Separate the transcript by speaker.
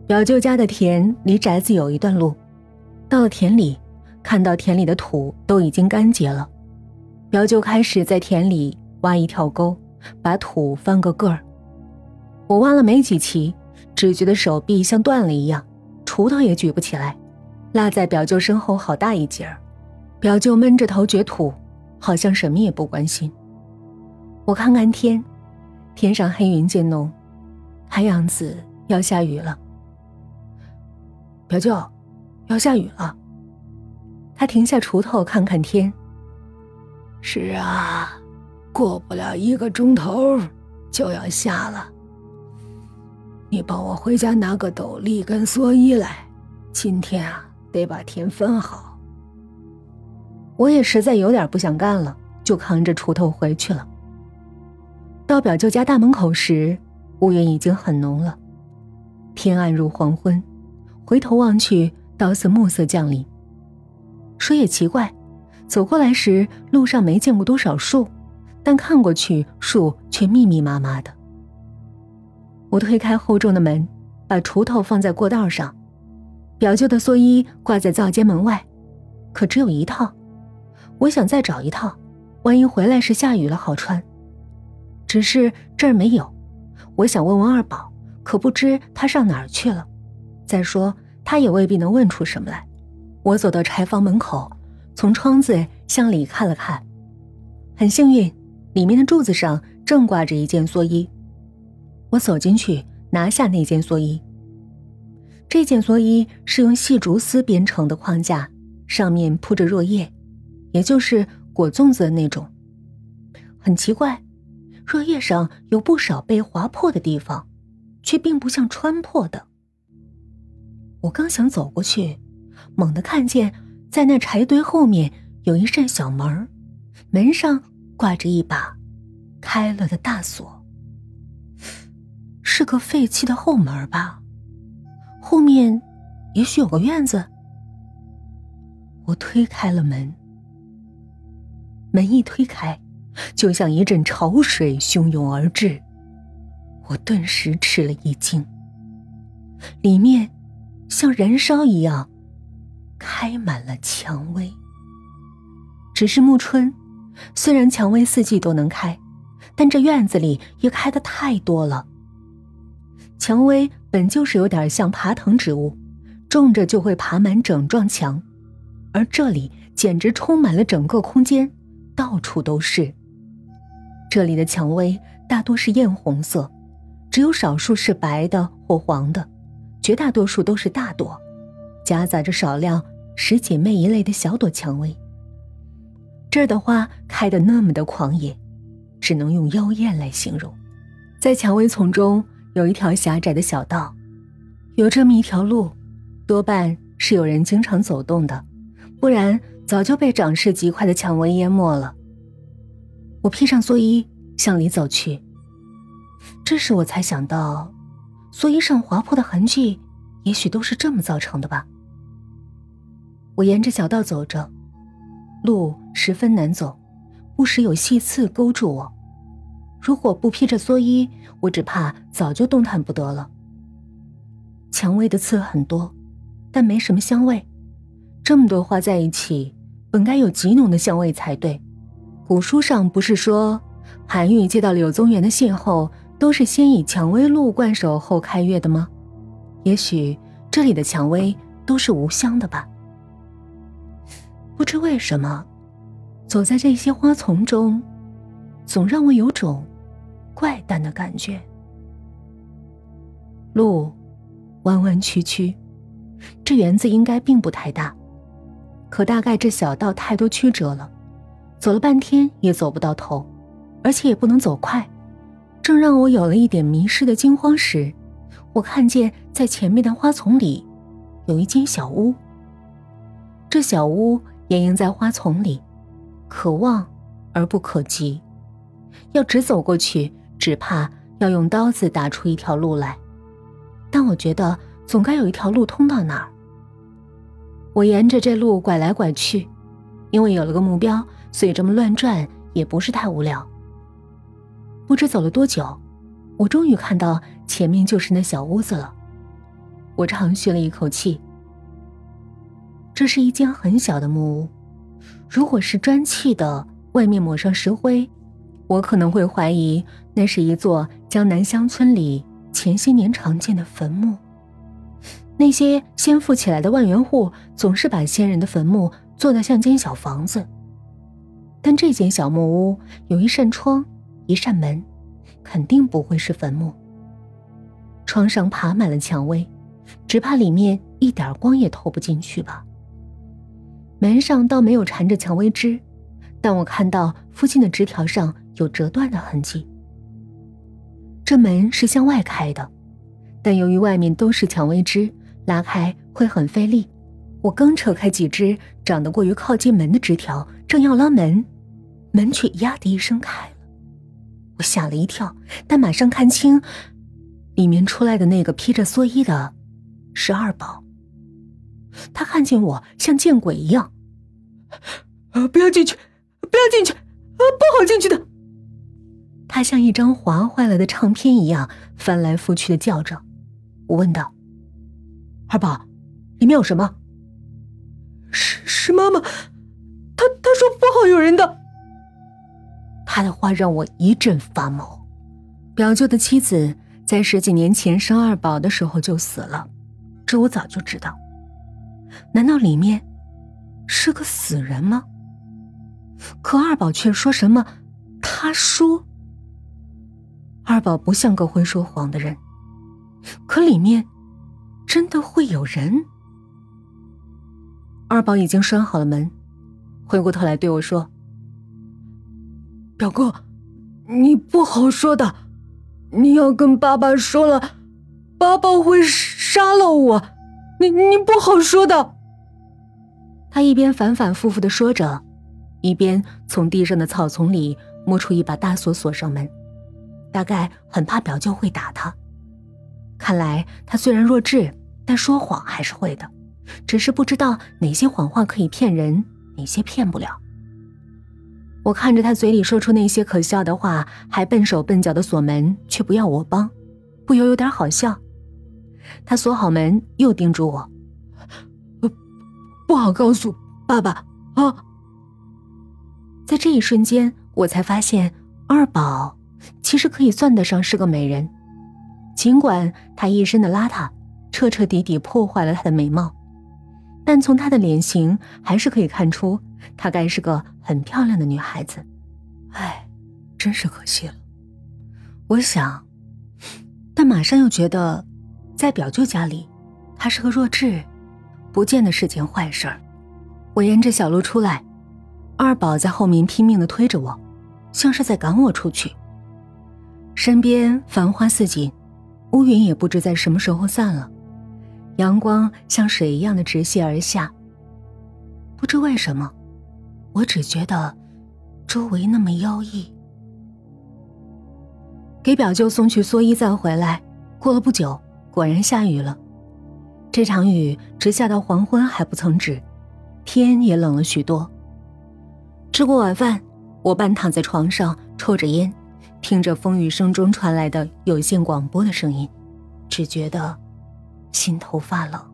Speaker 1: 表舅家的田离宅子有一段路，到了田里，看到田里的土都已经干结了。表舅开始在田里挖一条沟，把土翻个个儿。我挖了没几期，只觉得手臂像断了一样，锄头也举不起来，落在表舅身后好大一截儿。表舅闷着头掘土，好像什么也不关心。我看看天，天上黑云渐浓，看样子要下雨了。表舅，要下雨了。他停下锄头看看天。是啊，过不了1个钟头就要下了。你帮我回家拿个斗笠跟蓑衣来，今天啊得把田翻好。我也实在有点不想干了，就扛着锄头回去了。到表舅家大门口时，乌云已经很浓了，天暗入黄昏，回头望去，倒似暮色降临。说也奇怪，走过来时路上没见过多少树，但看过去树却密密麻麻的。我推开厚重的门，把锄头放在过道上，表舅的蓑衣挂在灶间门外，可只有一套。我想再找一套，万一回来时下雨了好穿。只是这儿没有，我想问问二宝，可不知他上哪儿去了。再说他也未必能问出什么来。我走到柴房门口，从窗子向里看了看，很幸运，里面的柱子上正挂着一件蓑衣。我走进去，拿下那件蓑衣。这件蓑衣是用细竹丝编成的框架，上面铺着箬叶，也就是果粽子的那种。很奇怪，箬叶上有不少被划破的地方，却并不像穿破的。我刚想走过去，猛地看见在那柴堆后面有一扇小门，门上挂着一把开了的大锁。是个废弃的后门吧？后面也许有个院子。我推开了门，门一推开，就像一阵潮水汹涌而至，我顿时吃了一惊。里面像燃烧一样开满了蔷薇。只是暮春，虽然蔷薇4季都能开，但这院子里也开得太多了。蔷薇本就是有点像爬藤植物，种着就会爬满整幢墙，而这里简直充满了整个空间，到处都是。这里的蔷薇大多是艳红色，只有少数是白的或黄的，绝大多数都是大朵，夹杂着少量十姐妹一类的小朵蔷薇。这儿的花开得那么的狂野，只能用妖艳来形容。在蔷薇丛中有一条狭窄的小道，有这么一条路，多半是有人经常走动的，不然早就被长势极快的蔷薇淹没了。我披上蓑衣向里走去，这时我才想到，蓑衣上划破的痕迹也许都是这么造成的吧。我沿着小道走着，路十分难走，不时有细刺勾住我。如果不披着蓑衣，我只怕早就动弹不得了。蔷薇的刺很多，但没什么香味。这么多花在一起，本该有极浓的香味才对。古书上不是说，韩愈接到柳宗元的信后，都是先以蔷薇露灌手后开阅的吗？也许这里的蔷薇都是无香的吧。不知为什么，走在这些花丛中，总让我有种怪诞的感觉。路弯弯曲曲，这园子应该并不太大，可大概这小道太多曲折了，走了半天也走不到头，而且也不能走快。正让我有了一点迷失的惊慌时，我看见在前面的花丛里有一间小屋。这小屋掩映在花丛里，可望而不可及，要直走过去，只怕要用刀子打出一条路来。但我觉得总该有一条路通到哪儿。我沿着这路拐来拐去，因为有了个目标，所以这么乱转也不是太无聊。不知走了多久，我终于看到前面就是那小屋子了。 我长吁了一口气。这是一间很小的木屋，如果是砖砌的，外面抹上石灰，我可能会怀疑那是一座江南乡村里前些年常见的坟墓。那些先富起来的万元户总是把先人的坟墓做得像间小房子，但这间小木屋有一扇窗，一扇门，肯定不会是坟墓。窗上爬满了蔷薇，只怕里面一点光也透不进去吧。门上倒没有缠着蔷薇枝，但我看到附近的枝条上有折断的痕迹。这门是向外开的，但由于外面都是蔷薇枝，拉开会很费力。我刚扯开几枝长得过于靠近门的枝条，正要拉门，门却呀的一声开了。我吓了一跳，但马上看清，里面出来的那个披着蓑衣的是二宝。他看见我像见鬼一样，不要进去，不要进去，不好进去的。他像一张划坏了的唱片一样翻来覆去的叫着。我问道：二宝，里面有什么？是妈妈，她说不好有人的。他的话让我一阵发毛。表舅的妻子在10几年前生二宝的时候就死了，这我早就知道。难道里面是个死人吗？可二宝却说什么他说。二宝不像个会说谎的人，可里面真的会有人？二宝已经拴好了门，回过头来对我说：表哥，你不好说的，你要跟爸爸说了，爸爸会杀了我，你不好说的。他一边反反复复地说着，一边从地上的草丛里摸出一把大锁锁上门，大概很怕表舅会打他。看来他虽然弱智，但说谎还是会的，只是不知道哪些谎话可以骗人，哪些骗不了。我看着他嘴里说出那些可笑的话，还笨手笨脚的锁门，却不要我帮，不由有点好笑。他锁好门，又叮嘱我：不好告诉爸爸啊。在这一瞬间，我才发现二宝其实可以算得上是个美人，尽管她一身的邋遢彻彻底底破坏了她的美貌，但从她的脸型还是可以看出她该是个很漂亮的女孩子。唉，真是可惜了，我想，但马上又觉得在表舅家里她是个弱智，不见得是件坏事儿。我沿着小路出来，二宝在后面拼命地推着我，像是在赶我出去。身边繁花似锦，乌云也不知在什么时候散了，阳光像水一样的直泻而下。不知为什么，我只觉得周围那么妖异。给表舅送去蓑衣再回来，过了不久，果然下雨了。这场雨直下到黄昏还不曾止，天也冷了许多。吃过晚饭，我半躺在床上抽着烟，听着风雨声中传来的有线广播的声音，只觉得心头发冷。